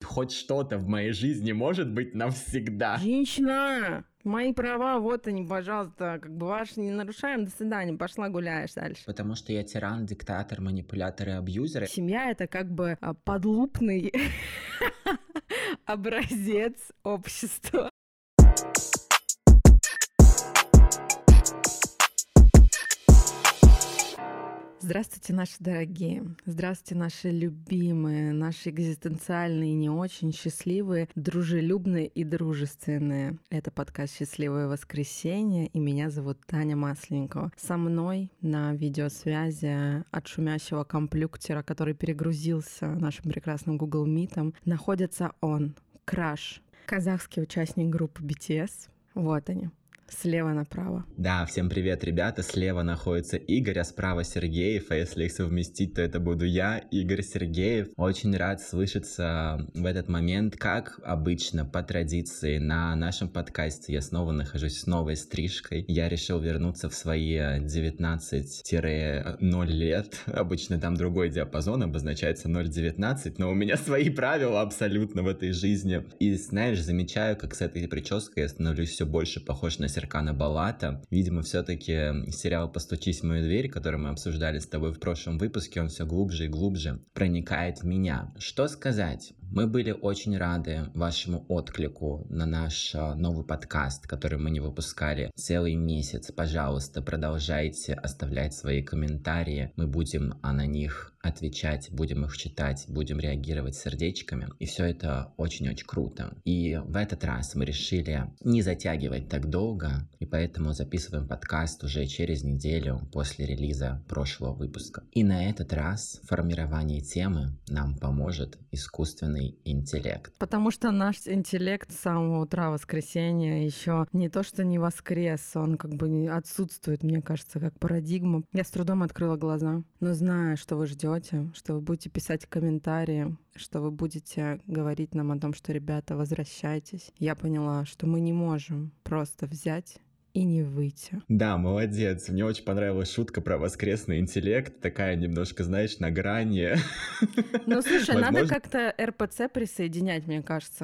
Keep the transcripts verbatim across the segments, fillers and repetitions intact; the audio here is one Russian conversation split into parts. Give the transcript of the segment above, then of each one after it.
хоть что-то в моей жизни может быть навсегда. Женщина! Мои права, вот они, пожалуйста, как бы ваши не нарушаем, до свидания, пошла гуляешь дальше. Потому что я тиран, диктатор, манипулятор и абьюзер. Семья — это как бы а, подлупный образец общества. Здравствуйте, наши дорогие. Здравствуйте, наши любимые, наши экзистенциальные, не очень счастливые, дружелюбные и дружественные. Это подкаст «Счастливое воскресенье», и меня зовут Таня Масленникова. Со мной на видеосвязи от шумящего компьютера, который перегрузился нашим прекрасным Google Meet'ом, находится он, Краш, казахский участник группы би ти эс. Вот они. Слева направо. Да, всем привет, ребята. Слева находится Игорь, а справа Сергеев. А если их совместить, то это буду я, Игорь Сергеев. Очень рад слышаться в этот момент. Как обычно, по традиции, на нашем подкасте я снова нахожусь с новой стрижкой. Я решил вернуться в свои девятнадцать ноль лет. Обычно там другой диапазон, обозначается ноль девятнадцать, но у меня свои правила абсолютно в этой жизни. И, знаешь, замечаю, как с этой прической я становлюсь все больше похож на Серкана Балата. Видимо, все-таки сериал «Постучись в мою дверь», который мы обсуждали с тобой в прошлом выпуске, он все глубже и глубже проникает в меня. Что сказать? Мы были очень рады вашему отклику на наш новый подкаст, который мы не выпускали целый месяц. Пожалуйста, продолжайте оставлять свои комментарии. Мы будем на них отвечать, будем их читать, будем реагировать сердечками. И все это очень-очень круто. И в этот раз мы решили не затягивать так долго, и поэтому записываем подкаст уже через неделю после релиза прошлого выпуска. И на этот раз в формировании темы нам поможет искусственный интеллект. Потому что наш интеллект с самого утра воскресенья еще не то что не воскрес, он как бы отсутствует, мне кажется, как парадигма. Я с трудом открыла глаза, но знаю, что вы ждете, что вы будете писать комментарии, что вы будете говорить нам о том, что, ребята, возвращайтесь. Я поняла, что мы не можем просто взять и не выйти. Да, молодец. Мне очень понравилась шутка про воскресный интеллект. Такая немножко, знаешь, на грани. Ну, слушай, Возможно... надо как-то эр пэ цэ присоединять, мне кажется,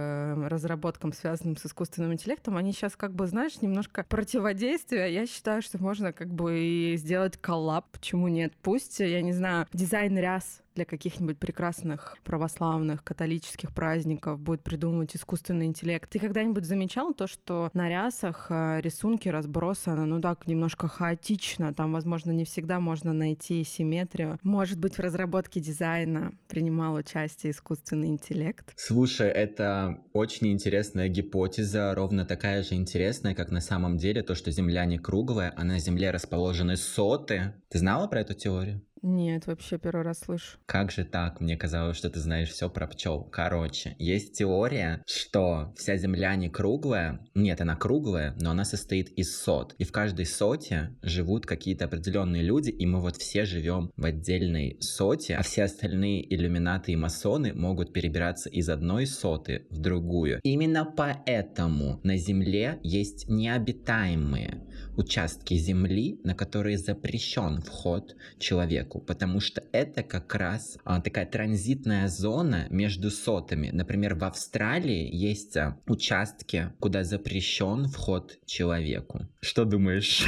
к разработкам, связанным с искусственным интеллектом. Они сейчас, как бы, знаешь, немножко противодействия. Я считаю, что можно как бы и сделать коллаб. Почему нет? Пусть, я не знаю, дизайн ряс для каких-нибудь прекрасных православных католических праздников будет придумывать искусственный интеллект. Ты когда-нибудь замечал то, что на рясах рисунки разбросаны, ну так, немножко хаотично, там, возможно, не всегда можно найти симметрию. Может быть, в разработке дизайна принимал участие искусственный интеллект? Слушай, это очень интересная гипотеза, ровно такая же интересная, как на самом деле то, что Земля не круглая, а на Земле расположены соты. Ты знала про эту теорию? Нет, вообще первый раз слышу. Как же так? Мне казалось, что ты знаешь все про пчел. Короче, есть теория, что вся Земля не круглая. Нет, она круглая, но она состоит из сот. И в каждой соте живут какие-то определенные люди, и мы вот все живем в отдельной соте, а все остальные иллюминаты и масоны могут перебираться из одной соты в другую. Именно поэтому на Земле есть необитаемые участки Земли, на которые запрещен вход человеку. Потому что это как раз а, такая транзитная зона между сотами. Например, в Австралии есть а, участки, куда запрещен вход человеку. Что думаешь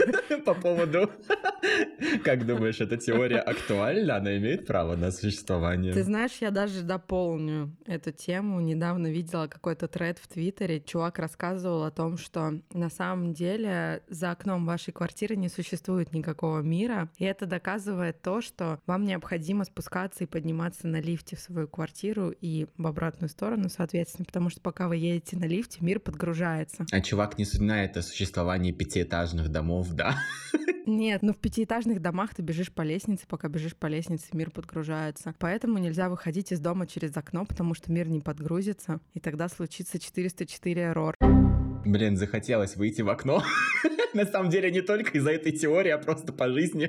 по поводу... Как думаешь, эта теория актуальна? Она имеет право на существование? Ты знаешь, я даже дополню эту тему. Недавно видела какой-то тред в Твиттере. Чувак рассказывал о том, что на самом деле за окном вашей квартиры не существует никакого мира. И это доказывает то, что вам необходимо спускаться и подниматься на лифте в свою квартиру и в обратную сторону, соответственно, потому что пока вы едете на лифте, мир подгружается. А чувак не знает о существовании пятиэтажных домов, да? Нет, ну в пятиэтажных домах ты бежишь по лестнице, пока бежишь по лестнице, мир подгружается. Поэтому нельзя выходить из дома через окно, потому что мир не подгрузится, и тогда случится четыреста четыре эррор. Блин, захотелось выйти в окно. На самом деле не только из-за этой теории, а просто по жизни.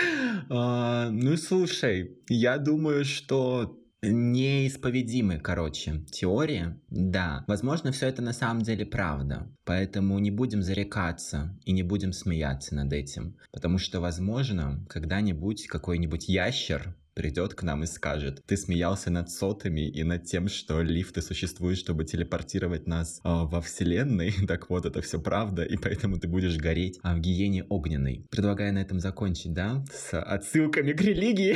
Ну слушай, я думаю, что неисповедимы, короче, теории. Да, возможно, все это на самом деле правда. Поэтому не будем зарекаться и не будем смеяться над этим. Потому что, возможно, когда-нибудь какой-нибудь ящер придет к нам и скажет: ты смеялся над сотами и над тем, что лифты существуют, чтобы телепортировать нас э, во вселенной. Так вот, это все правда, и поэтому ты будешь гореть а, в гиене огненной. Предлагаю на этом закончить, да? С отсылками к религии.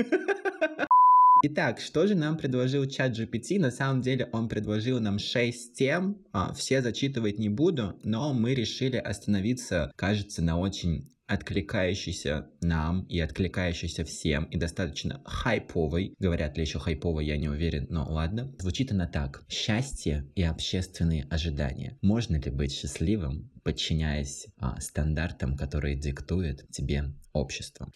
Итак, что же нам предложил ChatGPT? На самом деле он предложил нам шесть тем. А, все зачитывать не буду, но мы решили остановиться, кажется, на очень откликающийся нам и откликающийся всем, и достаточно хайповый. Говорят ли еще хайповый, я не уверен, но ладно. Звучит она так. Счастье и общественные ожидания. Можно ли быть счастливым, подчиняясь а, стандартам, которые диктует тебе общество?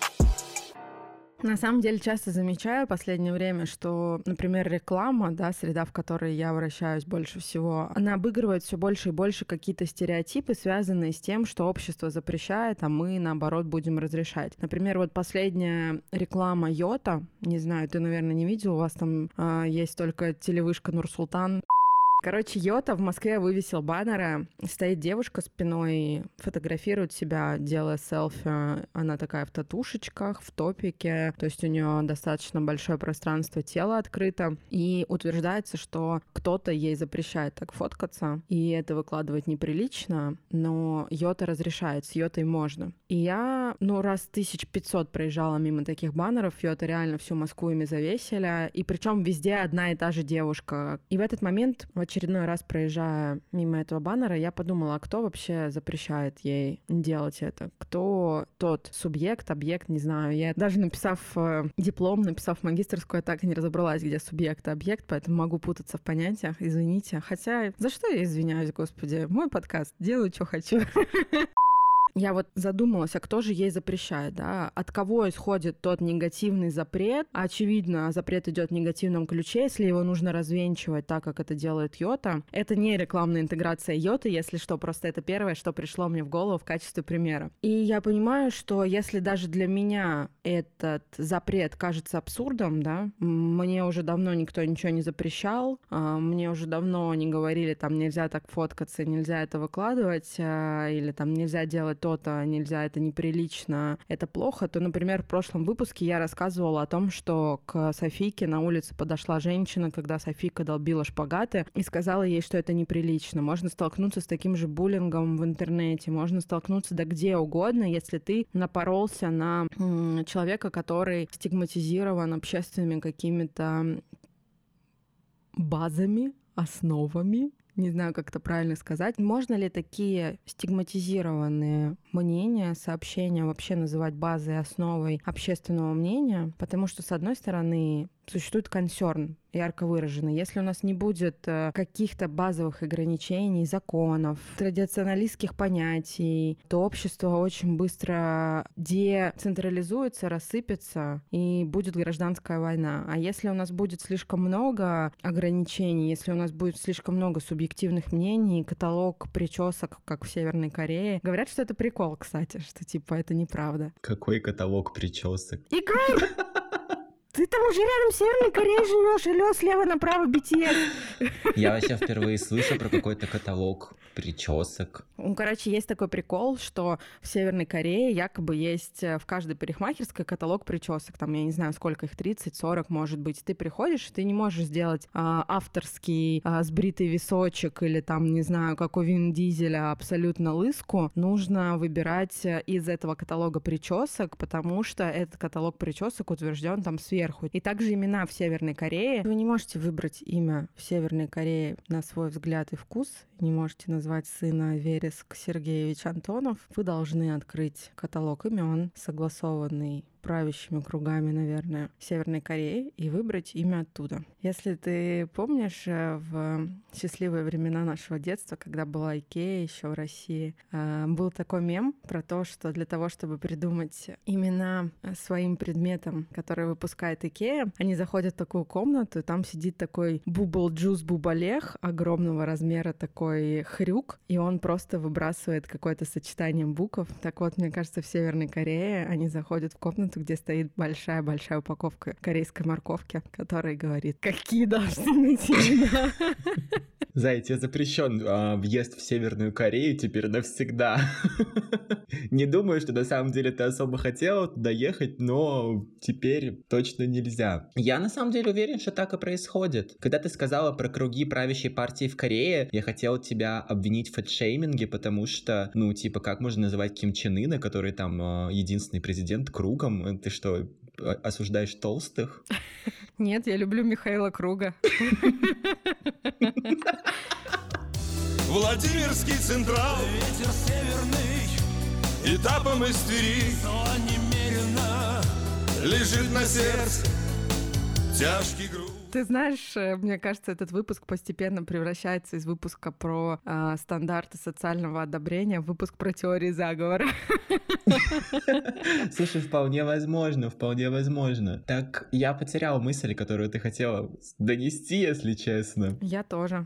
На самом деле часто замечаю в последнее время, что, например, реклама, да, среда, в которой я вращаюсь больше всего, она обыгрывает все больше и больше какие-то стереотипы, связанные с тем, что общество запрещает, а мы, наоборот, будем разрешать. Например, вот последняя реклама Йота, не знаю, ты, наверное, не видел, у вас там э, есть только телевышка Нур-Султан. Короче, Йота в Москве вывесил баннеры. Стоит девушка спиной, фотографирует себя, делая селфи. Она такая в татушечках, в топике. То есть у нее достаточно большое пространство тела открыто. И утверждается, что кто-то ей запрещает так фоткаться. И это выкладывать неприлично. Но Йота разрешает, с Йотой можно. И я, ну, раз тысяч пятьсот проезжала мимо таких баннеров, Йота реально всю Москву ими завесили. И причем везде одна и та же девушка. И в этот момент, в очередной раз проезжая мимо этого баннера, я подумала, а кто вообще запрещает ей делать это? Кто тот субъект, объект, не знаю. Я даже написав э, диплом, написав магистерскую, я так и не разобралась, где субъект и объект, поэтому могу путаться в понятиях, извините. Хотя, за что я извиняюсь, господи? Мой подкаст, делаю, что хочу. Я вот задумалась, а кто же ей запрещает, да? От кого исходит тот негативный запрет? Очевидно, запрет идет в негативном ключе, если его нужно развенчивать так, как это делает Йота. Это не рекламная интеграция Йоты, если что, просто это первое, что пришло мне в голову в качестве примера. И я понимаю, что если даже для меня этот запрет кажется абсурдом, да, мне уже давно никто ничего не запрещал, мне уже давно не говорили, там, нельзя так фоткаться, нельзя это выкладывать, или там нельзя делать то-то, нельзя, это неприлично, это плохо, то, например, в прошлом выпуске я рассказывала о том, что к Софийке на улице подошла женщина, когда Софийка долбила шпагаты, и сказала ей, что это неприлично. Можно столкнуться с таким же буллингом в интернете, можно столкнуться да где угодно, если ты напоролся на м- человека, который стигматизирован общественными какими-то базами, основами. Не знаю, как это правильно сказать. Можно ли такие стигматизированные мнения, сообщения вообще называть базой, основой общественного мнения? Потому что, с одной стороны, существует консерн, ярко выраженный. Если у нас не будет каких-то базовых ограничений, законов, традиционалистских понятий, то общество очень быстро децентрализуется, рассыпется, и будет гражданская война. А если у нас будет слишком много ограничений, если у нас будет слишком много субъективных мнений, каталог причесок, как в Северной Корее, говорят, что это прикол, кстати, что типа это неправда. Какой каталог причесок? Игорь! Ты там уже рядом с Северной Кореей живешь, алло, слева направо би ти эс. Я вообще впервые слышу про какой-то каталог причесок. Ну, короче, есть такой прикол, что в Северной Корее якобы есть в каждой парикмахерской каталог причесок. Там, я не знаю, сколько их, тридцать сорок, может быть. Ты приходишь, ты не можешь сделать а, авторский а, сбритый височек или там, не знаю, как у Вин Дизеля, абсолютно лыску. Нужно выбирать из этого каталога причесок, потому что этот каталог причесок утвержден там сверху. И также имена в Северной Корее. Вы не можете выбрать имя в Северной Корее на свой взгляд и вкус, не можете назвать сына Вереск Сергеевич Антонов. Вы должны открыть каталог имен, согласованный правящими кругами, наверное, Северной Кореи, и выбрать имя оттуда. Если ты помнишь, в счастливые времена нашего детства, когда была Икея еще в России, был такой мем про то, что для того, чтобы придумать имена своим предметам, которые выпускает Икея, они заходят в такую комнату, и там сидит такой Бубл-Джуз Бубалех огромного размера, такой хрюк, и он просто выбрасывает какое-то сочетание букв. Так вот, мне кажется, в Северной Корее они заходят в комнату, где стоит большая-большая упаковка корейской морковки, которая говорит, какие должны быть имена. Зай, тебе запрещен а, въезд в Северную Корею теперь навсегда. Не думаю, что на самом деле ты особо хотела туда ехать, но теперь точно нельзя. Я на самом деле уверен, что так и происходит. Когда ты сказала про круги правящей партии в Корее, я хотел тебя обвинить в фэтшейминге, потому что, ну, типа, как можно называть Ким Чен Ына, который там единственный президент, кругом? Ты что, осуждаешь толстых? Нет, я люблю Михаила Круга. Владимирский Централ, ветер северный, этапом из Твери, но немерено лежит на сердце тяжкий груз. Ты знаешь, мне кажется, этот выпуск постепенно превращается из выпуска про э, стандарты социального одобрения в выпуск про теории заговора. Слушай, вполне возможно, вполне возможно. Так, я потерял мысль, которую ты хотела донести, если честно. Я тоже.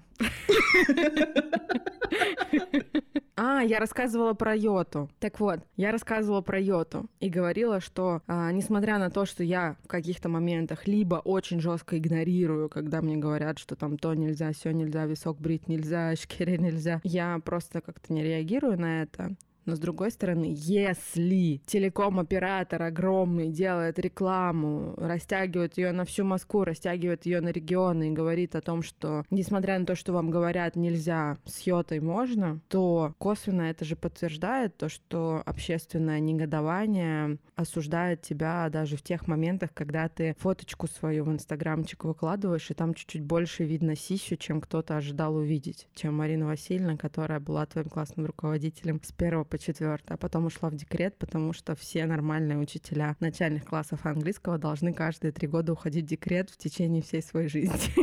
А, я рассказывала про йоту. Так вот, я рассказывала про йоту и говорила, что а, несмотря на то, что я в каких-то моментах либо очень жестко игнорирую, когда мне говорят, что там то нельзя, сё нельзя, висок брить нельзя, шкере нельзя, я просто как-то не реагирую на это. Но с другой стороны, если телеком-оператор огромный делает рекламу, растягивает ее на всю Москву, растягивает ее на регионы и говорит о том, что, несмотря на то, что вам говорят нельзя, с йотой можно, то косвенно это же подтверждает то, что общественное негодование осуждает тебя даже в тех моментах, когда ты фоточку свою в инстаграмчик выкладываешь, и там чуть-чуть больше видно сисю, чем кто-то ожидал увидеть, чем Марина Васильевна, которая была твоим классным руководителем с первого по четвёртый, а потом ушла в декрет, потому что все нормальные учителя начальных классов английского должны каждые три года уходить в декрет в течение всей своей жизни.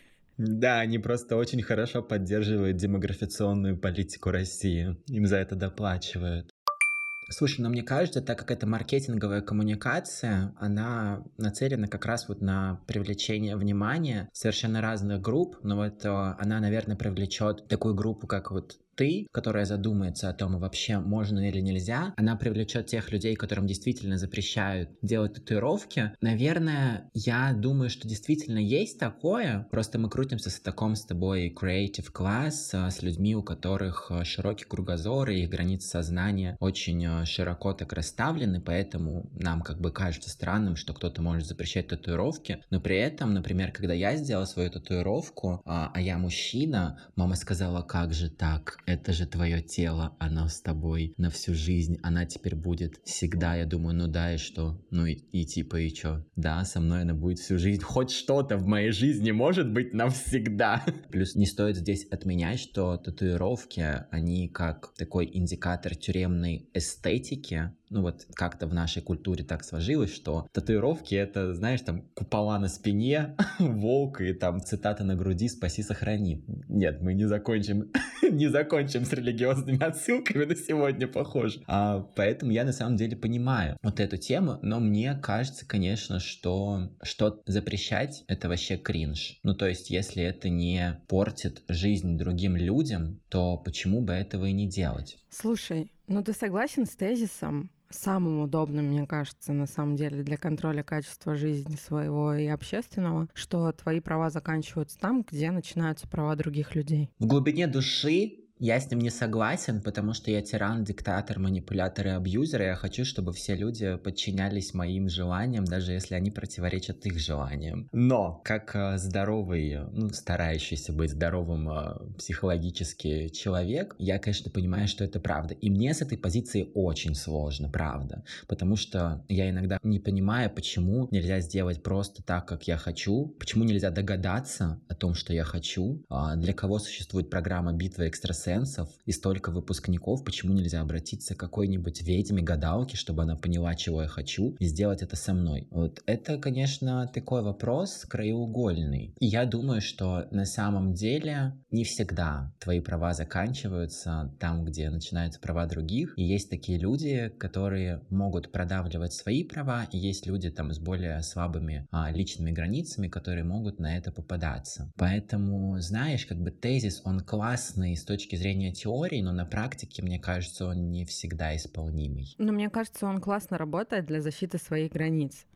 Да, они просто очень хорошо поддерживают демографационную политику России. Им за это доплачивают. Слушай, но мне кажется, так как это маркетинговая коммуникация, она нацелена как раз вот на привлечение внимания совершенно разных групп, но вот она, наверное, привлечет такую группу, как вот ты, которая задумается о том, вообще можно или нельзя, она привлечет тех людей, которым действительно запрещают делать татуировки. Наверное, я думаю, что действительно есть такое, просто мы крутимся в таком с тобой creative class с людьми, у которых широкий кругозор и их границы сознания очень широко так расставлены, поэтому нам как бы кажется странным, что кто-то может запрещать татуировки, но при этом, например, когда я сделала свою татуировку, а, а я мужчина, мама сказала, как же так? Это же твое тело, оно с тобой на всю жизнь, она теперь будет всегда. Я думаю, ну да, и что? Ну и, и типа, и чё? Да, со мной она будет всю жизнь. Хоть что-то в моей жизни может быть навсегда. Плюс не стоит здесь отменять, что татуировки, они как такой индикатор тюремной эстетики. Ну вот как-то в нашей культуре так сложилось, что татуировки — это, знаешь, там купола на спине, волк и там цитата на груди «Спаси, сохрани». Нет, мы не закончим, не закончим с религиозными отсылками на сегодня, похоже. А, поэтому я на самом деле понимаю вот эту тему, но мне кажется, конечно, что что запрещать — это вообще кринж. Ну то есть, если это не портит жизнь другим людям, то почему бы этого и не делать? Слушай, ну ты согласен с тезисом, самым удобным, мне кажется, на самом деле, для контроля качества жизни своего и общественного, что твои права заканчиваются там, где начинаются права других людей? В глубине души я с ним не согласен, потому что я тиран, диктатор, манипулятор и абьюзер, и я хочу, чтобы все люди подчинялись моим желаниям, даже если они противоречат их желаниям. Но, как э, здоровый, ну, старающийся быть здоровым э, психологически человек, я, конечно, понимаю, что это правда. И мне с этой позиции очень сложно, правда. Потому что я иногда не понимаю, почему нельзя сделать просто так, как я хочу, почему нельзя догадаться о том, что я хочу, э, для кого существует программа «Битва экстрасенсов», и столько выпускников, почему нельзя обратиться к какой-нибудь ведьме-гадалке, чтобы она поняла, чего я хочу, и сделать это со мной. Вот это, конечно, такой вопрос краеугольный. И я думаю, что на самом деле не всегда твои права заканчиваются там, где начинаются права других. И есть такие люди, которые могут продавливать свои права, и есть люди там с более слабыми а, личными границами, которые могут на это попадаться. Поэтому, знаешь, как бы тезис, он классный с точки зрения теории, но на практике, мне кажется, он не всегда исполнимый. Но мне кажется, он классно работает для защиты своих границ.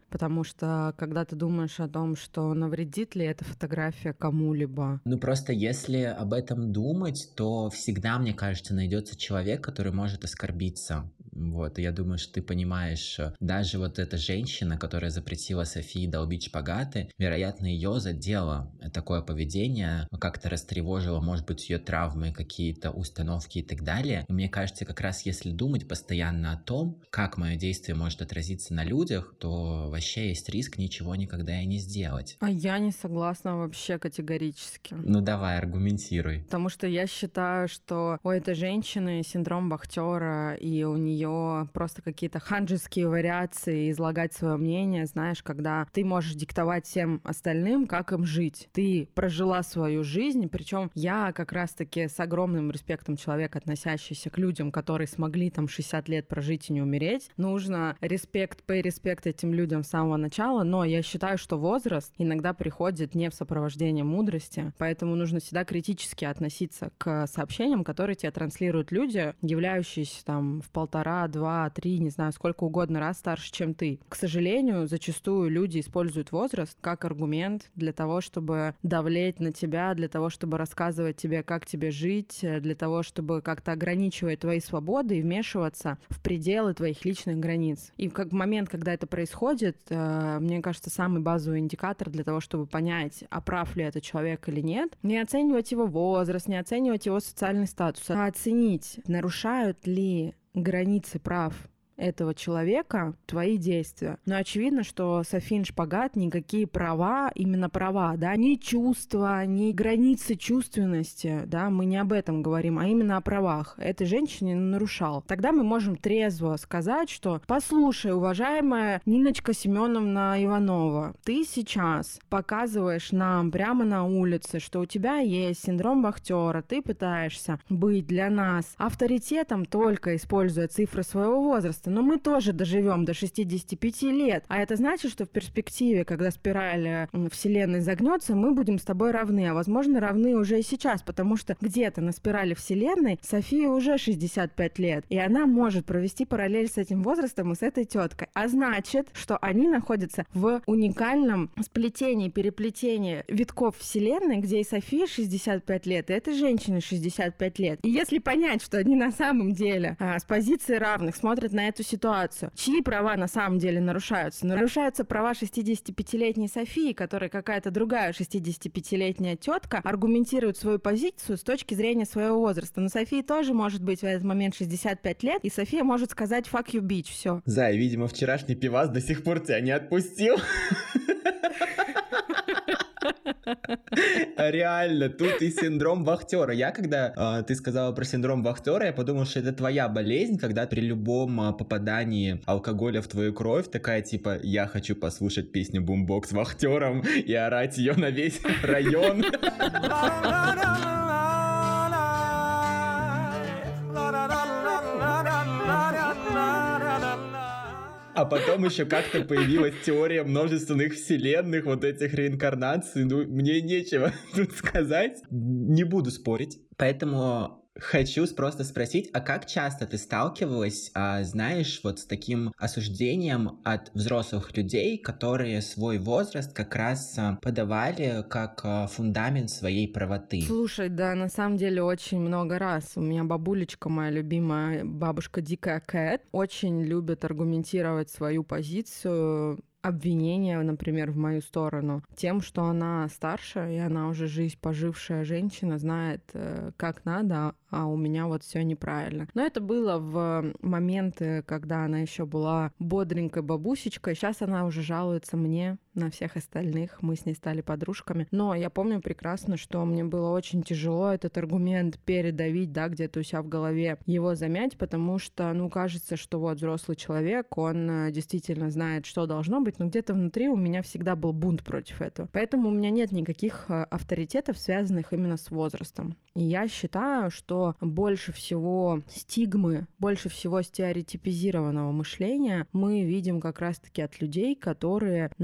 Потому что когда ты думаешь о том, что навредит ли эта фотография кому-либо. Ну просто если об этом думать, то всегда, мне кажется, найдется человек, который может оскорбиться. Вот, и я думаю, что ты понимаешь, даже вот эта женщина, которая запретила Софии долбить шпагаты, вероятно, ее задело такое поведение, как-то растревожило, может быть, ее травмы, какие-то установки и так далее. И мне кажется, как раз если думать постоянно о том, как мое действие может отразиться на людях, то вообще есть риск ничего никогда и не сделать. А я не согласна вообще категорически. Ну давай, аргументируй. Потому что я считаю, что у этой женщины синдром вахтера, и у нее просто какие-то ханжеские вариации излагать свое мнение, знаешь, когда ты можешь диктовать всем остальным, как им жить. Ты прожила свою жизнь, причем я как раз-таки с огромным респектом человек, относящийся к людям, которые смогли там шестьдесят лет прожить и не умереть. Нужно респект, pay респект этим людям с самого начала, но я считаю, что возраст иногда приходит не в сопровождении мудрости, поэтому нужно всегда критически относиться к сообщениям, которые тебе транслируют люди, являющиеся там в полтора, два, три, не знаю, сколько угодно раз старше, чем ты. К сожалению, зачастую люди используют возраст как аргумент для того, чтобы давлеть на тебя, для того, чтобы рассказывать тебе, как тебе жить, для того, чтобы как-то ограничивать твои свободы и вмешиваться в пределы твоих личных границ. И как момент, когда это происходит, мне кажется, самый базовый индикатор для того, чтобы понять, а прав ли этот человек или нет, не оценивать его возраст, не оценивать его социальный статус, а оценить, нарушают ли границы прав этого человека твои действия. Но очевидно, что Софин Шпагат никакие права, именно права, да, ни чувства, ни границы чувственности, да, мы не об этом говорим, а именно о правах этой женщины нарушал. Тогда мы можем трезво сказать, что послушай, уважаемая Ниночка Семеновна Иванова, ты сейчас показываешь нам прямо на улице, что у тебя есть синдром вахтера, ты пытаешься быть для нас авторитетом, только используя цифры своего возраста. Но мы тоже доживем до шестидесяти пяти лет. А это значит, что в перспективе, когда спираль Вселенной загнется, мы будем с тобой равны. А возможно, равны уже и сейчас, потому что где-то на спирали Вселенной София уже шестьдесят пять лет. И она может провести параллель с этим возрастом и с этой теткой. А значит, что они находятся в уникальном сплетении, переплетении витков Вселенной, где и София шестьдесят пять лет, и этой женщине шестьдесят пять лет. И если понять, что они на самом деле а, с позиции равных смотрят на эту ситуацию, чьи права на самом деле нарушаются? Нарушаются права шестидесятипятилетней Софии, которая какая-то другая шестидесятипятилетняя тетка аргументирует свою позицию с точки зрения своего возраста. Но Софии тоже может быть в этот момент шестьдесят пять лет, и София может сказать «fuck you, bitch», все. Зай, видимо, вчерашний пивас до сих пор тебя не отпустил. Реально, тут и синдром вахтера. Я когда э, ты сказала про синдром вахтера, я подумал, что это твоя болезнь, когда при любом э, попадании алкоголя в твою кровь такая типа «я хочу послушать песню «Бумбокс» вахтером» и орать ее на весь район. А потом еще как-то появилась теория множественных вселенных, вот этих реинкарнаций. Ну, мне нечего тут сказать. Не буду спорить. Поэтому хочу просто спросить, а как часто ты сталкивалась, а, знаешь, вот с таким осуждением от взрослых людей, которые свой возраст как раз а, подавали как а, фундамент своей правоты? Слушай, да, на самом деле очень много раз. У меня бабулечка, моя любимая бабушка Дикая Кэт, очень любит аргументировать свою позицию, обвинение, например, в мою сторону, тем, что она старше, и она уже жизнь пожившая женщина, знает, как надо, а у меня вот все неправильно. Но это было в моменты, когда она еще была бодренькой бабусечкой. Сейчас она уже жалуется мне на всех остальных. Мы с ней стали подружками. Но я помню прекрасно, что мне было очень тяжело этот аргумент передавить, да, где-то у себя в голове его замять, потому что, ну, кажется, что вот взрослый человек, он действительно знает, что должно быть, но где-то внутри у меня всегда был бунт против этого. Поэтому у меня нет никаких авторитетов, связанных именно с возрастом. И я считаю, что больше всего стигмы, больше всего стереотипизированного мышления мы видим как раз-таки от людей, которые на поколение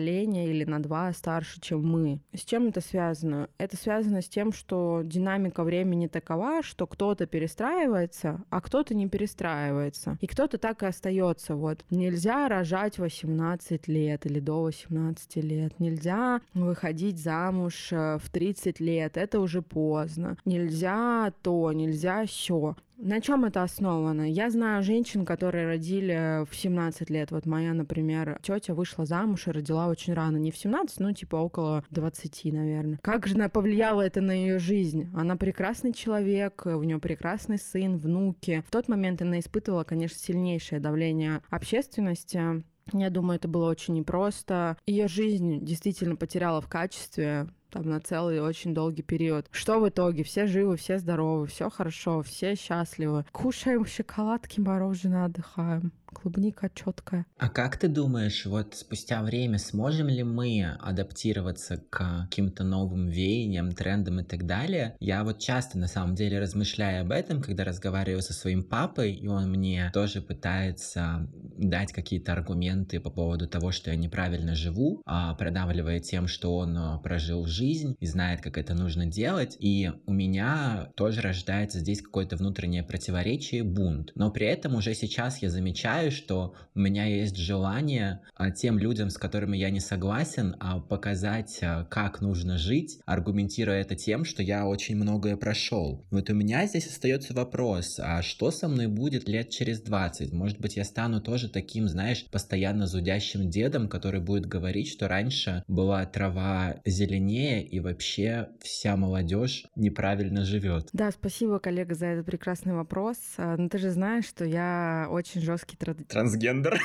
поколение или на два старше, чем мы. С чем это связано? Это связано с тем, что динамика времени такова, что кто-то перестраивается, а кто-то не перестраивается. И кто-то так и остается. Вот. Нельзя рожать восемнадцать лет или до восемнадцати лет. Нельзя выходить замуж в тридцать лет. Это уже поздно. Нельзя то, нельзя сё. На чем это основано? Я знаю женщин, которые родили в семнадцать лет. Вот моя, например, тетя вышла замуж и родила очень рано. Не в семнадцать, ну, типа около двадцати, наверное. Как же она повлияла это на ее жизнь? Она прекрасный человек, у нее прекрасный сын, внуки. В тот момент она испытывала, конечно, сильнейшее давление общественности. Я думаю, это было очень непросто. Ее жизнь действительно потеряла в качестве там на целый очень долгий период. Что в итоге? Все живы, все здоровы, все хорошо, все счастливы. Кушаем шоколадки, мороженое, отдыхаем. Клубника четкая. А как ты думаешь, вот спустя время сможем ли мы адаптироваться к каким-то новым веяниям, трендам и так далее? Я вот часто на самом деле размышляю об этом, когда разговариваю со своим папой, и он мне тоже пытается дать какие-то аргументы по поводу того, что я неправильно живу, продавливая тем, что он прожил жизнь и знает, как это нужно делать. И у меня тоже рождается здесь какое-то внутреннее противоречие, бунт. Но при этом уже сейчас я замечаю, что у меня есть желание тем людям, с которыми я не согласен, показать, как нужно жить, аргументируя это тем, что я очень многое прошел. Вот у меня здесь остается вопрос, а что со мной будет лет через двадцать? Может быть, я стану тоже таким, знаешь, постоянно зудящим дедом, который будет говорить, что раньше была трава зеленее и вообще вся молодежь неправильно живет. Да, спасибо, коллега, за этот прекрасный вопрос. Но ты же знаешь, что я очень жесткий трансгендер.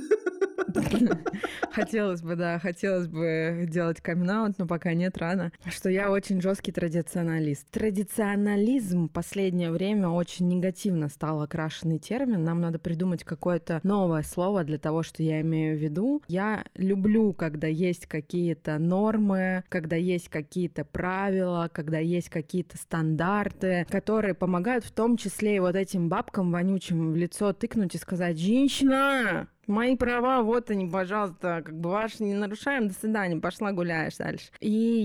Хотелось бы, да, хотелось бы делать камин-аут, но пока нет, рано. Что я очень жесткий традиционалист. Традиционализм в последнее время очень негативно стал окрашенный термин. Нам надо придумать какое-то новое слово для того, что я имею в виду. Я люблю, когда есть какие-то нормы, когда есть какие-то правила, когда есть какие-то стандарты, которые помогают в том числе и вот этим бабкам вонючим в лицо тыкнуть и сказать: «Женщина! Мои права, вот они, пожалуйста, как бы ваши не нарушаем, до свидания, пошла гуляешь дальше». И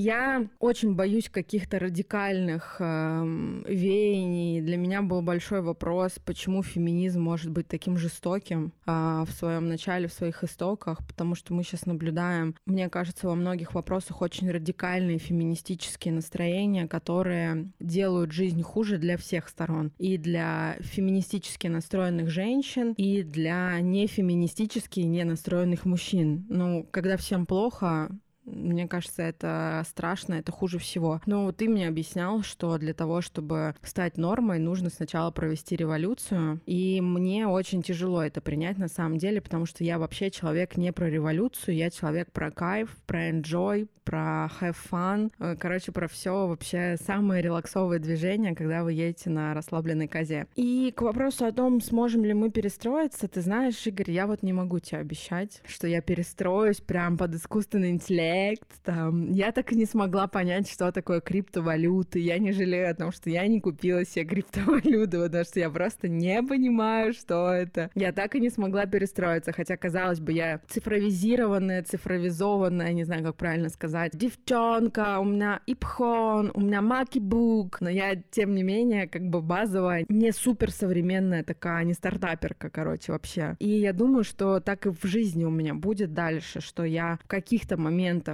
я очень боюсь каких-то радикальных э, веяний. Для меня был большой вопрос, почему феминизм может быть таким жестоким э, в своем начале, в своих истоках, потому что мы сейчас наблюдаем, мне кажется, во многих вопросах очень радикальные феминистические настроения, которые делают жизнь хуже для всех сторон. И для феминистически настроенных женщин, и для нефеминистических не настроенных мужчин. Ну, когда всем плохо, мне кажется, это страшно, это хуже всего. Но ты мне объяснял, что для того, чтобы стать нормой, нужно сначала провести революцию. И мне очень тяжело это принять на самом деле, потому что я вообще человек не про революцию, я человек про кайф, про enjoy, про have fun. Короче, про все вообще самые релаксовые движения, когда вы едете на расслабленной козе. И к вопросу о том, сможем ли мы перестроиться, ты знаешь, Игорь, я вот не могу тебе обещать, что я перестроюсь прям под искусственный интеллект. Там. Я так и не смогла понять, что такое криптовалюты. Я не жалею о том, что я не купила себе криптовалюты, потому что я просто не понимаю, что это. Я так и не смогла перестроиться, хотя, казалось бы, я цифровизированная, цифровизованная, не знаю, как правильно сказать, девчонка, у меня ипхон, у меня макибук, но я, тем не менее, как бы базовая, не суперсовременная такая, не стартаперка, короче, вообще. И я думаю, что так и в жизни у меня будет дальше, что я в каких-то моментах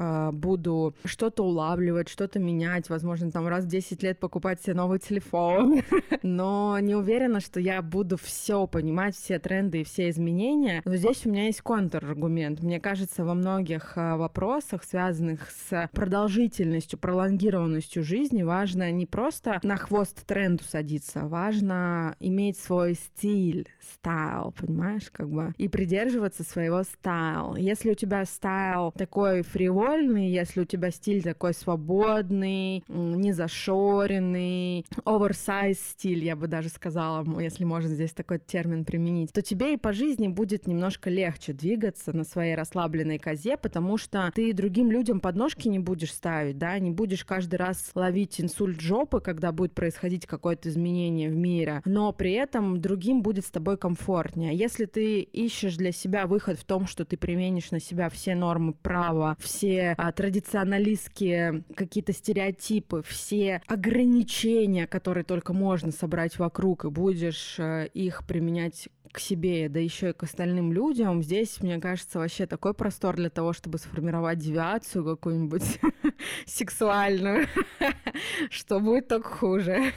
буду что-то улавливать, что-то менять, возможно, там раз в десять лет покупать себе новый телефон, но не уверена, что я буду все понимать, все тренды и все изменения. Но здесь у меня есть контраргумент. Мне кажется, во многих вопросах, связанных с продолжительностью, пролонгированностью жизни, важно не просто на хвост тренду садиться, важно иметь свой стиль, стайл, понимаешь, как бы, и придерживаться своего стайла. Если у тебя стайл такой такой фривольный, если у тебя стиль такой свободный, не зашоренный, оверсайз стиль, я бы даже сказала, если можно здесь такой термин применить, то тебе и по жизни будет немножко легче двигаться на своей расслабленной козе, потому что ты другим людям подножки не будешь ставить, да, не будешь каждый раз ловить инсульт жопы, когда будет происходить какое-то изменение в мире, но при этом другим будет с тобой комфортнее. Если ты ищешь для себя выход в том, что ты применишь на себя все нормы права, все а, традиционалистские какие-то стереотипы, все ограничения, которые только можно собрать вокруг, и будешь а, их применять к себе, да еще и к остальным людям, здесь, мне кажется, вообще такой простор для того, чтобы сформировать девиацию какую-нибудь сексуальную, что будет только хуже.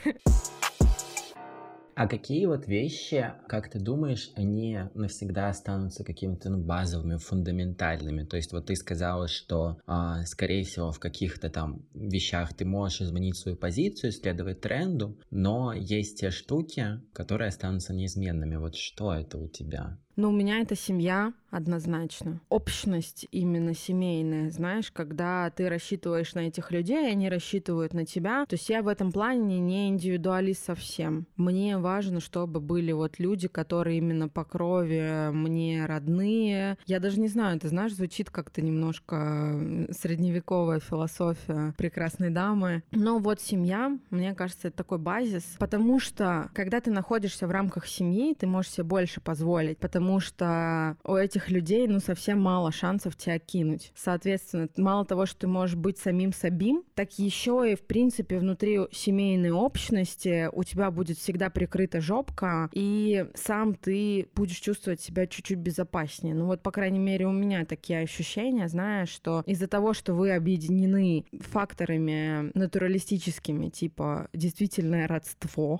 А какие вот вещи, как ты думаешь, они навсегда останутся какими-то ну, базовыми, фундаментальными? То есть вот ты сказала, что, э, скорее всего, в каких-то там вещах ты можешь изменить свою позицию, следовать тренду, но есть те штуки, которые останутся неизменными. Вот что это у тебя? Ну, у меня это семья, однозначно. Общность именно семейная, знаешь, когда ты рассчитываешь на этих людей, они рассчитывают на тебя. То есть я в этом плане не индивидуалист совсем. Мне важно, чтобы были вот люди, которые именно по крови мне родные. Я даже не знаю, ты знаешь, звучит как-то немножко средневековая философия прекрасной дамы. Но вот семья, мне кажется, это такой базис, потому что когда ты находишься в рамках семьи, ты можешь себе больше позволить, потому потому что у этих людей, ну, совсем мало шансов тебя кинуть. Соответственно, мало того, что ты можешь быть самим собим, так еще и, в принципе, внутри семейной общности у тебя будет всегда прикрыта жопка, и сам ты будешь чувствовать себя чуть-чуть безопаснее. Ну вот, по крайней мере, у меня такие ощущения, знаешь, что из-за того, что вы объединены факторами натуралистическими, типа действительное родство,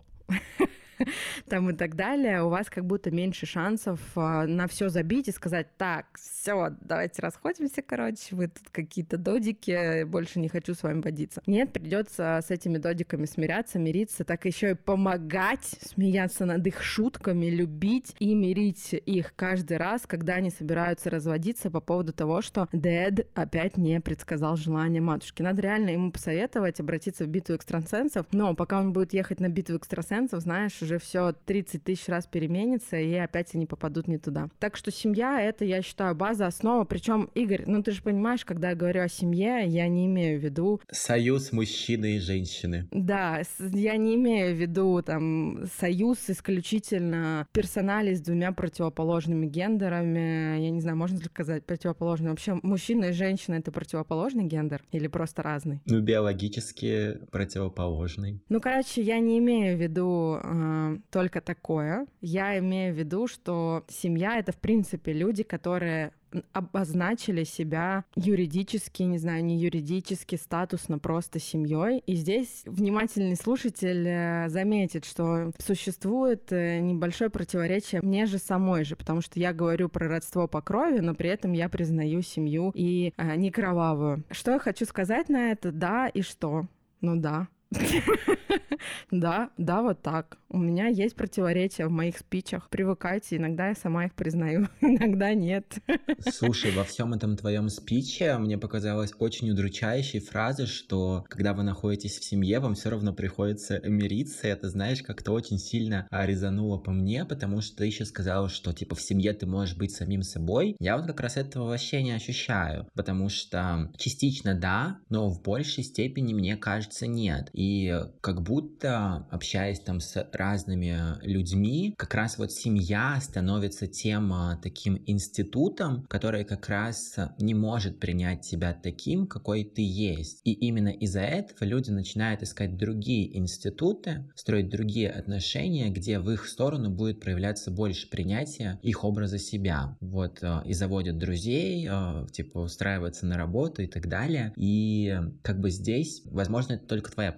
там и так далее, у вас как будто меньше шансов а, на все забить и сказать: так, все, давайте расходимся, короче, вы тут какие-то додики, больше не хочу с вами водиться. Нет, придется с этими додиками смиряться, мириться, так еще и помогать, смеяться над их шутками, любить и мирить их каждый раз, когда они собираются разводиться по поводу того, что Дэд опять не предсказал желание матушки. Надо реально ему посоветовать обратиться в битву экстрасенсов, но пока он будет ехать на битву экстрасенсов, знаешь, уже все тридцать тысяч раз переменится, и опять они попадут не туда. Так что семья — это, я считаю, база, основа. Причем, Игорь, ну ты же понимаешь, когда я говорю о семье, я не имею в виду... Союз мужчины и женщины. Да, я не имею в виду там союз исключительно персоналей с двумя противоположными гендерами. Я не знаю, можно ли сказать противоположный. Вообще, мужчина и женщина — это противоположный гендер или просто разный? Ну, биологически противоположный. Ну, короче, я не имею в виду э, только такое. Я имею в виду, что семья — это, в принципе, люди, которые обозначили себя юридически, не знаю, не юридически, статусно, просто семьей. И здесь внимательный слушатель заметит, что существует небольшое противоречие мне же самой же, потому что я говорю про родство по крови, но при этом я признаю семью и а, не кровавую. Что я хочу сказать на это? Да и что? Ну да. Да, да, вот так. У меня есть противоречия в моих спичах. Привыкайте, иногда я сама их признаю, иногда нет. Слушай, во всем этом твоем спиче мне показалась очень удручающей фраза, что когда вы находитесь в семье, вам все равно приходится мириться. Это, знаешь, как-то очень сильно резануло по мне, потому что ты еще сказала, что типа в семье ты можешь быть самим собой. Я вот как раз этого вообще не ощущаю, потому что частично да, но в большей степени, мне кажется, нет. И как будто, общаясь там с разными людьми, как раз вот семья становится тем таким институтом, который как раз не может принять тебя таким, какой ты есть. И именно из-за этого люди начинают искать другие институты, строить другие отношения, где в их сторону будет проявляться больше принятия их образа себя. Вот, и заводят друзей, типа устраиваются на работу и так далее. И как бы здесь, возможно, это только твоя позиция,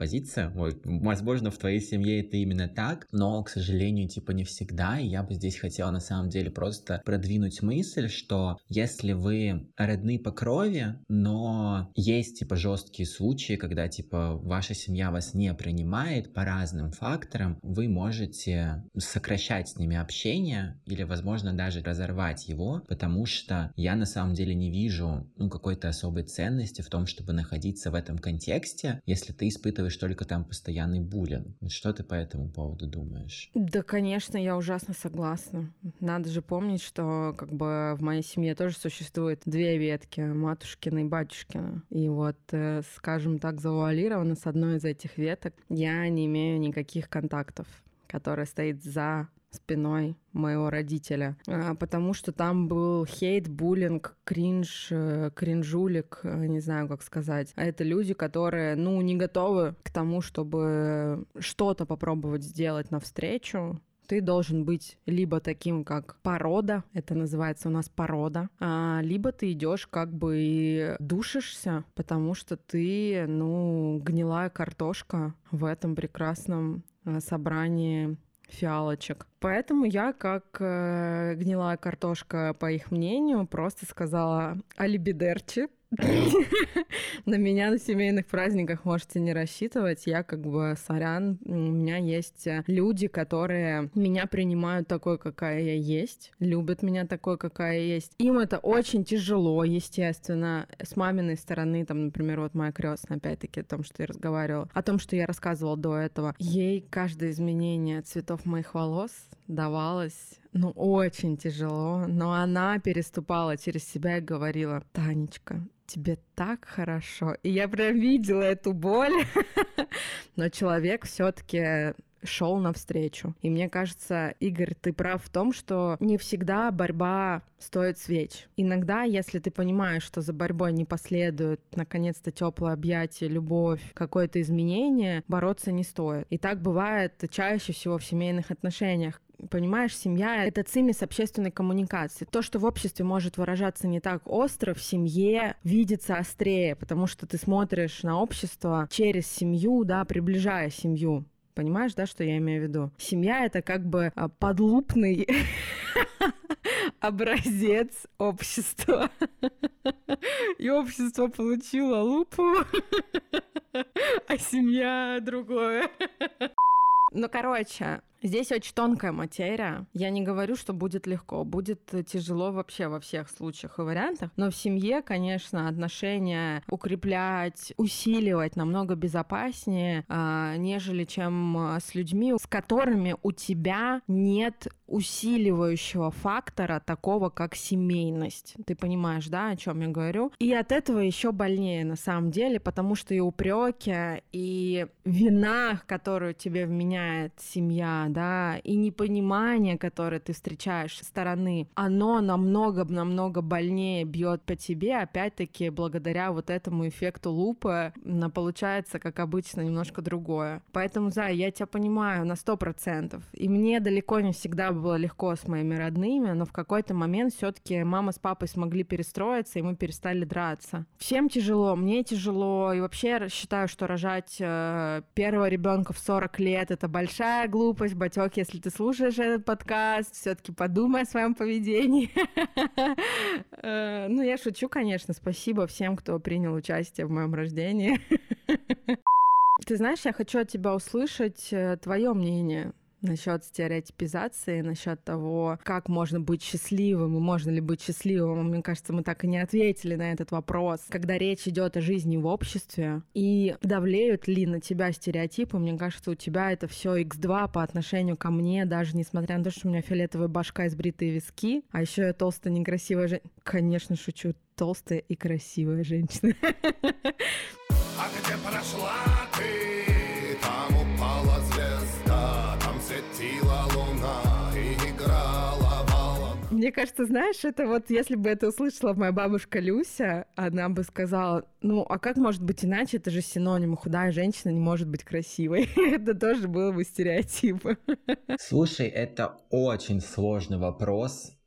позиция. Вот, возможно, в твоей семье это именно так, но, к сожалению, типа не всегда. И я бы здесь хотела на самом деле просто продвинуть мысль, что если вы родны по крови, но есть типа жесткие случаи, когда типа ваша семья вас не принимает по разным факторам, вы можете сокращать с ними общение или, возможно, даже разорвать его, потому что я на самом деле не вижу ну, какой-то особой ценности в том, чтобы находиться в этом контексте, если ты испытываешь только там постоянный буллинг. Что ты по этому поводу думаешь? Да, конечно, я ужасно согласна. Надо же помнить, что как бы в моей семье тоже существует две ветки, матушкина и батюшкина. И вот, скажем так, завуалированно с одной из этих веток я не имею никаких контактов, которая стоит за спиной моего родителя, потому что там был хейт, буллинг, кринж, кринжулик, не знаю, как сказать. А это люди, которые, ну, не готовы к тому, чтобы что-то попробовать сделать навстречу. Ты должен быть либо таким, как порода, это называется у нас порода, а, либо ты идешь как бы и душишься, потому что ты, ну, гнилая картошка в этом прекрасном собрании фиалочек. Поэтому я, как э, гнилая картошка, по их мнению, просто сказала «алибидерчи». На меня на семейных праздниках можете не рассчитывать. Я как бы сорян. У меня есть люди, которые меня принимают такой, какая я есть, любят меня такой, какая я есть. Им это очень тяжело, естественно. С маминой стороны, там, например, вот моя крестная, опять-таки, о том, что я разговаривала, о том, что я рассказывала до этого. Ей каждое изменение цветов моих волос давалось, ну, очень тяжело, но она переступала через себя и говорила: «Танечка, тебе так хорошо». И я прям видела эту боль, но человек все-таки шел навстречу. И мне кажется, Игорь, ты прав в том, что не всегда борьба стоит свеч. Иногда, если ты понимаешь, что за борьбой не последует наконец-то теплое объятие, любовь, какое-то изменение, бороться не стоит. И так бывает чаще всего в семейных отношениях. Понимаешь, семья — это цимис общественной коммуникации. То, что в обществе может выражаться не так остро, в семье видится острее, потому что ты смотришь на общество через семью, да, приближая семью. Понимаешь, да, что я имею в виду? Семья — это как бы подлупный образец общества. И общество получило лупу, а семья другое. Ну, короче, здесь очень тонкая материя. Я не говорю, что будет легко. Будет тяжело вообще во всех случаях и вариантах. Но в семье, конечно, отношения укреплять, усиливать намного безопаснее, нежели чем с людьми, с которыми у тебя нет усиливающего фактора, такого как семейность. Ты понимаешь, да, о чем я говорю? И от этого еще больнее на самом деле, потому что и упреки, и вина, которую тебе вменяет семья, да, и непонимание, которое ты встречаешь со стороны, оно намного-намного больнее бьет по тебе, опять-таки, благодаря вот этому эффекту лупы, получается, как обычно, немножко другое. Поэтому, Зай, я тебя понимаю на сто процентов. И мне далеко не всегда было легко с моими родными, но в какой-то момент все-таки мама с папой смогли перестроиться, и мы перестали драться. Всем тяжело, мне тяжело, и вообще я считаю, что рожать э, первого ребенка в сорок лет — это большая глупость. Батёк, если ты слушаешь этот подкаст, все-таки подумай о своем поведении. Ну, я шучу, конечно. Спасибо всем, кто принял участие в моем рождении. Ты знаешь, я хочу от тебя услышать твое мнение насчет стереотипизации, насчет того, как можно быть счастливым и можно ли быть счастливым. Мне кажется, мы так и не ответили на этот вопрос. Когда речь идет о жизни в обществе, и давлеют ли на тебя стереотипы, мне кажется, у тебя это все икс два по отношению ко мне, даже несмотря на то, что у меня фиолетовая башка и сбритые виски, а еще я толстая, некрасивая женщина. Конечно, шучу. Толстая и красивая женщина. А где прошла ты? Там упала звезда, там светила луна и играла волна. Мне кажется, знаешь, это вот если бы это услышала моя бабушка Люся, она бы сказала: ну, а как может быть иначе? Это же синоним. Худая женщина не может быть красивой. Это тоже было бы стереотип. Слушай, это очень сложный вопрос.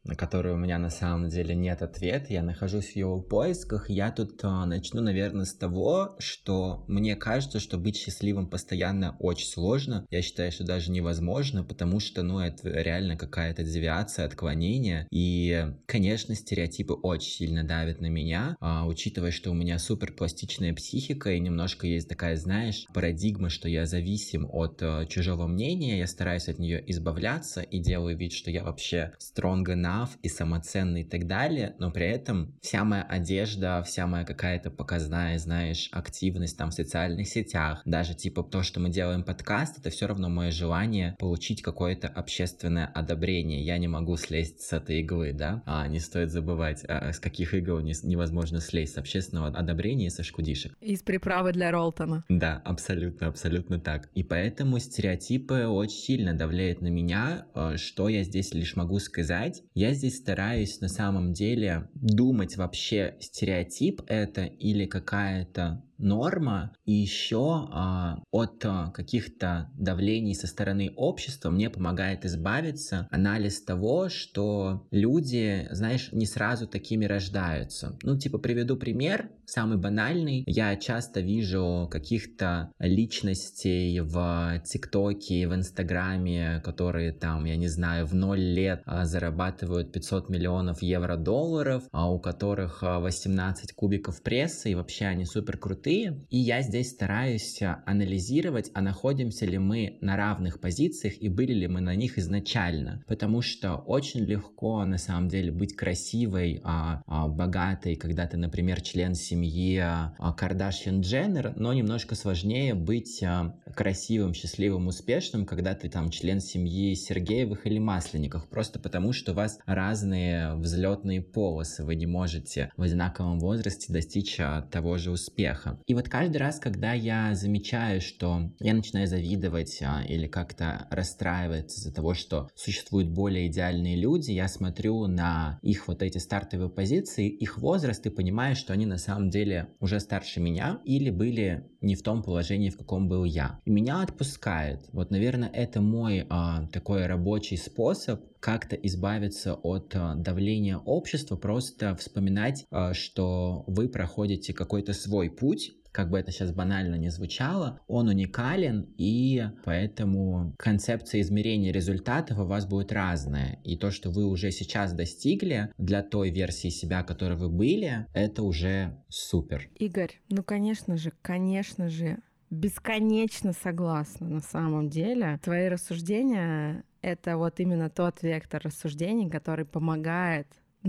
на который у меня на самом деле нет ответа, я нахожусь в его поисках. Я тут а, начну, наверное, с того, что мне кажется, что быть счастливым постоянно очень сложно. Я считаю, что даже невозможно, потому что, ну, это реально какая-то девиация, отклонение. И, конечно, стереотипы очень сильно давят на меня, а, учитывая, что у меня суперпластичная психика и немножко есть такая, знаешь, парадигма, что я зависим от а, чужого мнения, я стараюсь от нее избавляться и делаю вид, что я вообще strong enough и самоценный и так далее, но при этом вся моя одежда, вся моя какая-то показная, знаешь, активность там в социальных сетях, даже типа то, что мы делаем подкаст, это все равно мое желание получить какое-то общественное одобрение. Я не могу слезть с этой иглы, да? А, не стоит забывать, а, с каких игл не, невозможно слезть, с общественного одобрения и со шкудишек. Из приправы для Ролтона. Да, абсолютно, абсолютно так. И поэтому стереотипы очень сильно давляют на меня. Что я здесь лишь могу сказать? Я здесь стараюсь на самом деле думать вообще, стереотип это или какая-то норма, и еще а, от а, каких-то давлений со стороны общества мне помогает избавиться анализ того, что люди, знаешь, не сразу такими рождаются. Ну, типа, приведу пример, самый банальный. Я часто вижу каких-то личностей в ТикТоке, в Инстаграме, которые там, я не знаю, в ноль лет а, зарабатывают пятьсот миллионов евро-долларов, а у которых а, восемнадцать кубиков прессы, и вообще они супер крутые. И я здесь стараюсь анализировать, а находимся ли мы на равных позициях и были ли мы на них изначально. Потому что очень легко на самом деле быть красивой, а, а, богатой, когда ты, например, член семьи а, Кардашьян-Дженнер, но немножко сложнее быть а, красивым, счастливым, успешным, когда ты там член семьи Сергеевых или Масленниковых. Просто потому, что у вас разные взлетные полосы. Вы не можете в одинаковом возрасте достичь а, того же успеха. И вот каждый раз, когда я замечаю, что я начинаю завидовать а, или как-то расстраиваться из-за того, что существуют более идеальные люди, я смотрю на их вот эти стартовые позиции, их возраст, и понимаю, что они на самом деле уже старше меня или были не в том положении, в каком был я. И меня отпускает. Вот, наверное, это мой а, такой рабочий способ как-то избавиться от а, давления общества, просто вспоминать, а, что вы проходите какой-то свой путь, как бы это сейчас банально не звучало, он уникален, и поэтому концепция измерения результатов у вас будет разная. И то, что вы уже сейчас достигли для той версии себя, которой вы были, это уже супер. Игорь, ну конечно же, конечно же, бесконечно согласна на самом деле. Твои рассуждения — это вот именно тот вектор рассуждений, который помогает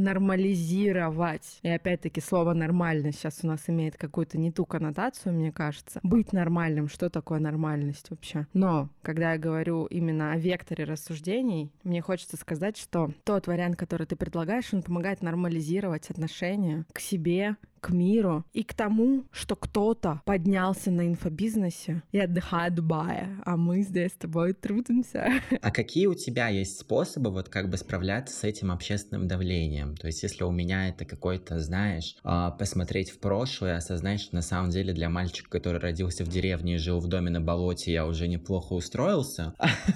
нормализировать. И опять-таки слово «нормально» сейчас у нас имеет какую-то не ту коннотацию, мне кажется. Быть нормальным, что такое нормальность вообще? Но когда я говорю именно о векторе рассуждений, мне хочется сказать, что тот вариант, который ты предлагаешь, он помогает нормализировать отношение к себе, к миру и к тому, что кто-то поднялся на инфобизнесе и отдыхает в Дубае, а мы здесь с тобой трудимся. А какие у тебя есть способы вот как бы справляться с этим общественным давлением? То есть если у меня это какой-то, знаешь, посмотреть в прошлое, осознать, что на самом деле для мальчика, который родился в деревне и жил в доме на болоте, я уже неплохо устроился,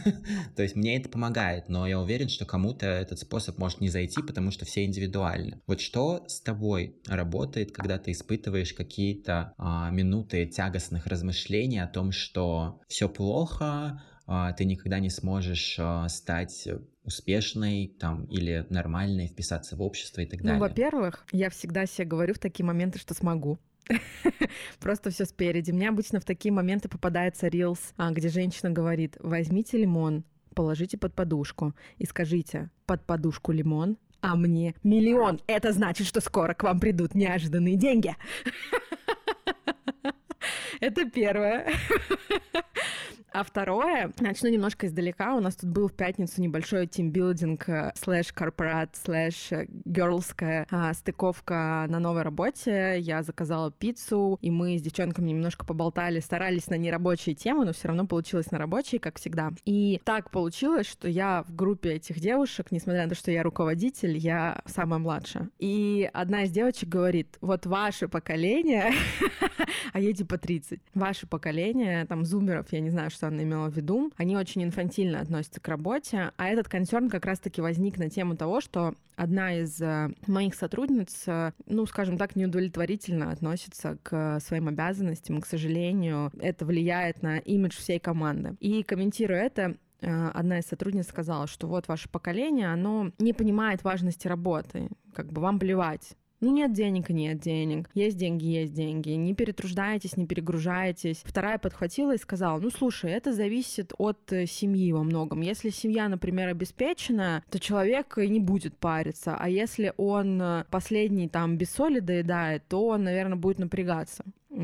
то есть мне это помогает, но я уверен, что кому-то этот способ может не зайти, потому что все индивидуальны. Вот что с тобой работает, когда ты испытываешь какие-то а, минуты тягостных размышлений о том, что все плохо, а, ты никогда не сможешь а, стать успешной там, или нормальной, вписаться в общество и так далее? Ну, во-первых, я всегда себе говорю в такие моменты, что смогу. Просто все спереди. Мне обычно в такие моменты попадается рилс, где женщина говорит: возьмите лимон, положите под подушку и скажите: под подушку лимон, а мне миллион. Это значит, что скоро к вам придут неожиданные деньги. Это первое. А второе, начну немножко издалека. У нас тут был в пятницу небольшой тимбилдинг слэш корпорат, слэш герлская стыковка на новой работе. Я заказала пиццу, и мы с девчонками немножко поболтали, старались на нерабочие темы, но все равно получилось на рабочие, как всегда. И так получилось, что я в группе этих девушек, несмотря на то, что я руководитель, я самая младшая. И одна из девочек говорит: вот ваше поколение, а ей типа тридцать, ваше поколение, там, зумеров, я не знаю, что что она имела в виду. Они очень инфантильно относятся к работе, а этот консерн как раз-таки возник на тему того, что одна из моих сотрудниц, ну, скажем так, неудовлетворительно относится к своим обязанностям, и, к сожалению, это влияет на имидж всей команды. И комментируя это, одна из сотрудниц сказала, что вот ваше поколение, оно не понимает важности работы, как бы вам плевать. Ну, нет денег и нет денег. Есть деньги, есть деньги. Не перетруждайтесь, не перегружайтесь. Вторая подхватила и сказала, ну, слушай, это зависит от семьи во многом. Если семья, например, обеспечена, то человек и не будет париться. А если он последний там без соли доедает, то он, наверное, будет напрягаться.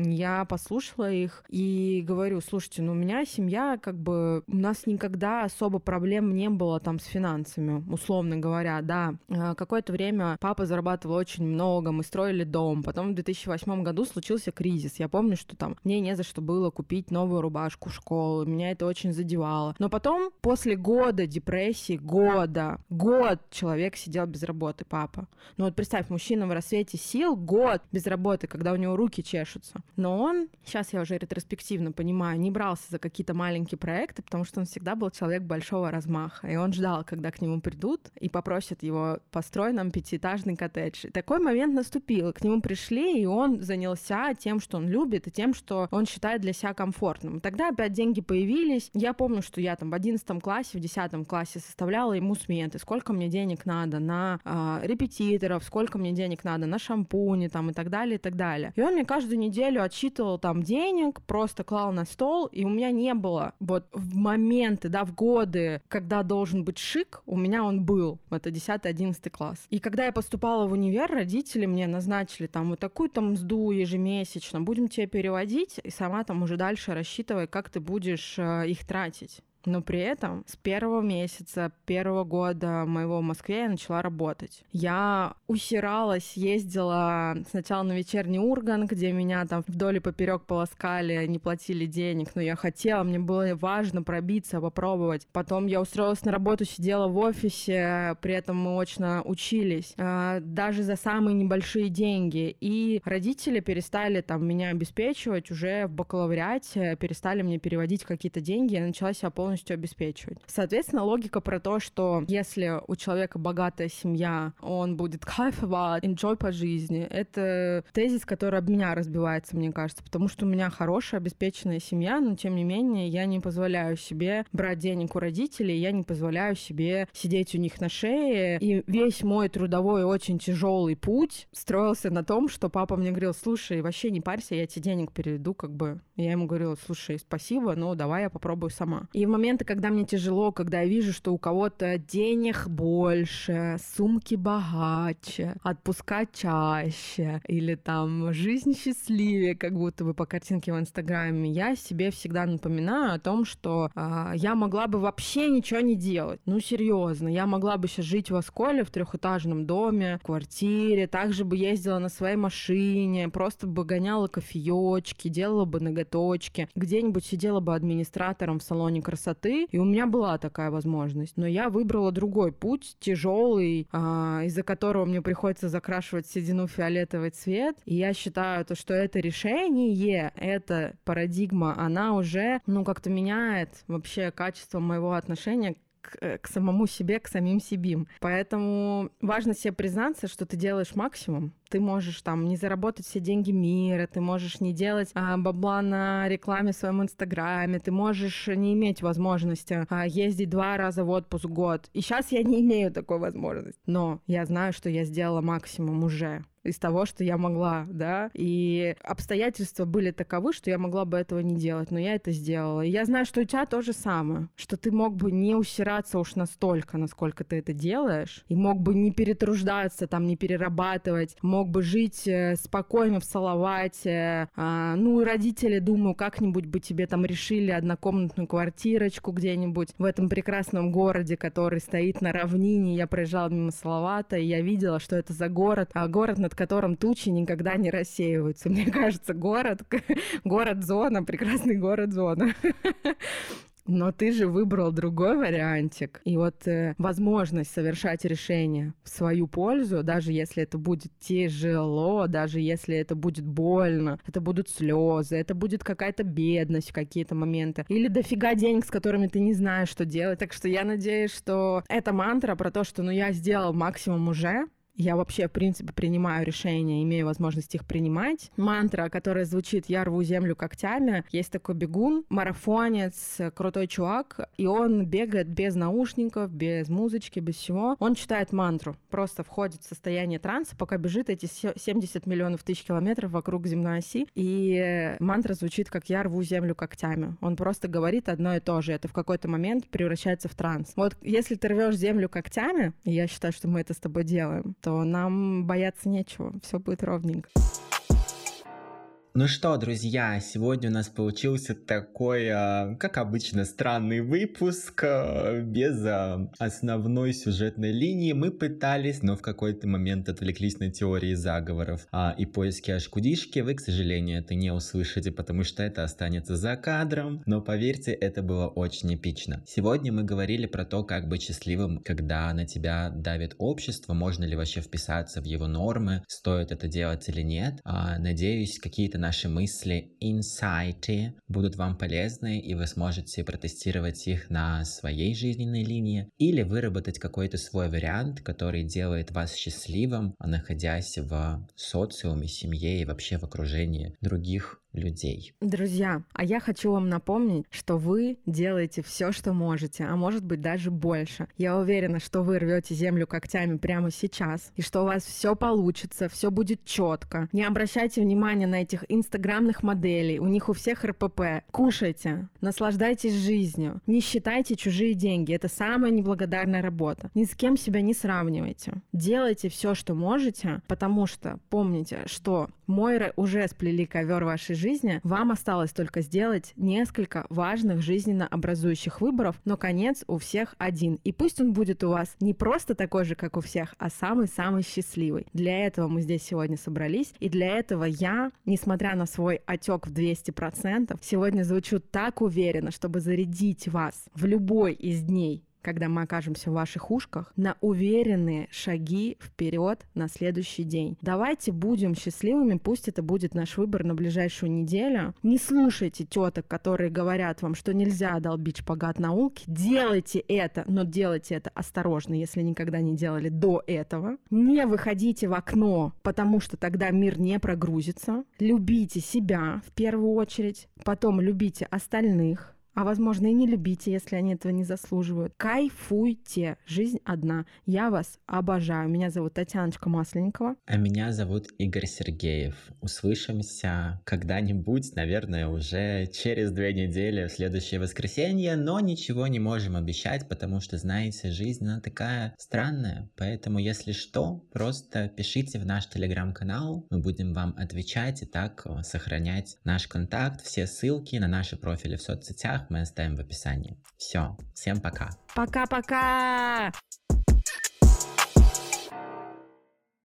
Я послушала их и говорю, слушайте, ну у меня семья, как бы, у нас никогда особо проблем не было там с финансами, условно говоря, да. Какое-то время папа зарабатывал очень много, мы строили дом, потом в две тысячи восьмом году случился кризис. Я помню, что там мне не за что было купить новую рубашку в школу, меня это очень задевало. Но потом, после года депрессии, года, год человек сидел без работы, папа. Ну вот представь, мужчина в рассвете сил, год без работы, когда у него руки чешутся. Но он, сейчас я уже ретроспективно понимаю, не брался за какие-то маленькие проекты, потому что он всегда был человек большого размаха. И он ждал, когда к нему придут и попросят его построить нам пятиэтажный коттедж. И такой момент наступил. К нему пришли, и он занялся тем, что он любит, и тем, что он считает для себя комфортным. И тогда опять деньги появились. Я помню, что я там в одиннадцатом классе, в десятом классе составляла ему сметы, сколько мне денег надо на э, репетиторов, сколько мне денег надо на шампуни там, и так далее, и так далее. И он мне каждую неделю отсчитывал там денег, просто клал на стол, и у меня не было вот в моменты, да, в годы, когда должен быть шик, у меня он был. Это десятый-одиннадцатый класс. И когда я поступала в универ, родители мне назначили там вот такую там мзду ежемесячно, будем тебе переводить, и сама там уже дальше рассчитывай, как ты будешь э, их тратить. Но при этом с первого месяца, первого года моего в Москве я начала работать. Я усиралась, ездила сначала на вечерний Ургант, где меня там вдоль и поперек полоскали, не платили денег, но я хотела, мне было важно пробиться, попробовать. Потом я устроилась на работу, сидела в офисе, при этом мы очно учились, даже за самые небольшие деньги. И родители перестали там меня обеспечивать уже в бакалавриате, перестали мне переводить какие-то деньги, я начала себя полностью обеспечивать. Соответственно, логика про то, что если у человека богатая семья, он будет кайфовать, enjoy по жизни, это тезис, который об меня разбивается, мне кажется, потому что у меня хорошая, обеспеченная семья, но тем не менее я не позволяю себе брать денег у родителей, я не позволяю себе сидеть у них на шее, и весь мой трудовой очень тяжелый путь строился на том, что папа мне говорил, слушай, вообще не парься, я тебе денег переведу, как бы. Я ему говорила, слушай, спасибо, но давай я попробую сама. И в моменты, когда мне тяжело, когда я вижу, что у кого-то денег больше, сумки богаче, отпуска чаще, или там жизнь счастливее, как будто бы по картинке в Инстаграме, я себе всегда напоминаю о том, что э, я могла бы вообще ничего не делать. Ну, серьезно, я могла бы сейчас жить в Осколе в трехэтажном доме, в квартире, также бы ездила на своей машине, просто бы гоняла кофеечки, делала бы ноготочки, где-нибудь сидела бы администратором в салоне красоты, и у меня была такая возможность. Но я выбрала другой путь, тяжелый, а, из-за которого мне приходится закрашивать седину в фиолетовый цвет. И я считаю, то, что это решение, эта парадигма, она уже, ну, как-то меняет вообще качество моего отношения к, к самому себе, к самим себе. Поэтому важно себе признаться, что ты делаешь максимум. Ты можешь там не заработать все деньги мира, ты можешь не делать а, бабла на рекламе в своем Инстаграме, ты можешь не иметь возможности а, ездить два раза в отпуск в год. И сейчас я не имею такой возможности. Но я знаю, что я сделала максимум уже из того, что я могла, да, и обстоятельства были таковы, что я могла бы этого не делать, но я это сделала. И я знаю, что у тебя то же самое, что ты мог бы не усираться уж настолько, насколько ты это делаешь, и мог бы не перетруждаться, там, не перерабатывать, мог бы жить спокойно в Салавате. А, ну, и родители, думаю, как-нибудь бы тебе там решили однокомнатную квартирочку где-нибудь в этом прекрасном городе, который стоит на равнине. Я проезжала мимо Салавата, и я видела, что это за город, а город, над которым тучи никогда не рассеиваются. Мне кажется, город, город-зона, прекрасный город-зона. Но ты же выбрал другой вариантик. И вот э, возможность совершать решение в свою пользу, даже если это будет тяжело, даже если это будет больно, это будут слезы, это будет какая-то бедность в какие-то моменты, или дофига денег, с которыми ты не знаешь, что делать. Так что я надеюсь, что эта мантра про то, что ну я сделал максимум уже, я вообще, в принципе, принимаю решения, имею возможность их принимать. Мантра, которая звучит «Я рву землю когтями». Есть такой бегун, марафонец, крутой чувак, и он бегает без наушников, без музычки, без всего. Он читает мантру, просто входит в состояние транса, пока бежит эти семьдесят миллионов тысяч километров вокруг земной оси. И мантра звучит как «Я рву землю когтями». Он просто говорит одно и то же. Это в какой-то момент превращается в транс. Вот если ты рвешь землю когтями, и я считаю, что мы это с тобой делаем, то нам бояться нечего, все будет ровненько. Ну что, друзья, сегодня у нас получился такой, как обычно, странный выпуск, без основной сюжетной линии. Мы пытались, но в какой-то момент отвлеклись на теории заговоров и поиски ашкудишки. Вы, к сожалению, это не услышите, потому что это останется за кадром. Но поверьте, это было очень эпично. Сегодня мы говорили про то, как быть счастливым, когда на тебя давит общество, можно ли вообще вписаться в его нормы, стоит это делать или нет. Надеюсь, какие-то наши мысли, инсайты будут вам полезны, и вы сможете протестировать их на своей жизненной линии или выработать какой-то свой вариант, который делает вас счастливым, находясь в социуме, семье и вообще в окружении других людей. Друзья, а я хочу вам напомнить, что вы делаете все, что можете, а может быть даже больше. Я уверена, что вы рвете землю когтями прямо сейчас, и что у вас все получится, все будет четко. Не обращайте внимания на этих инстаграмных моделей, у них у всех эр пэ пэ. Кушайте, наслаждайтесь жизнью, не считайте чужие деньги, это самая неблагодарная работа. Ни с кем себя не сравнивайте. Делайте все, что можете, потому что помните, что Мойры уже сплели ковер вашей жизни, жизни, вам осталось только сделать несколько важных жизненно образующих выборов, но конец у всех один. И пусть он будет у вас не просто такой же, как у всех, а самый-самый счастливый. Для этого мы здесь сегодня собрались, и для этого я, несмотря на свой отек в двести процентов, сегодня звучу так уверенно, чтобы зарядить вас в любой из дней, когда мы окажемся в ваших ушках, на уверенные шаги вперед на следующий день. Давайте будем счастливыми, пусть это будет наш выбор на ближайшую неделю. Не слушайте теток, которые говорят вам, что нельзя долбить шпагат науки. Делайте это, но делайте это осторожно, если никогда не делали до этого. Не выходите в окно, потому что тогда мир не прогрузится. Любите себя в первую очередь, потом любите остальных. А возможно и не любите, если они этого не заслуживают. Кайфуйте. Жизнь одна. Я вас обожаю. Меня зовут Татьяночка Масленникова. А меня зовут Игорь Сергеев. Услышимся когда-нибудь, наверное, уже через две недели в следующее воскресенье, но ничего не можем обещать, потому что, знаете, жизнь, она такая странная. Поэтому, если что, просто пишите в наш телеграм-канал. Мы будем вам отвечать и так сохранять наш контакт. Все ссылки на наши профили в соцсетях мы оставим в описании. Все, всем пока. Пока-пока!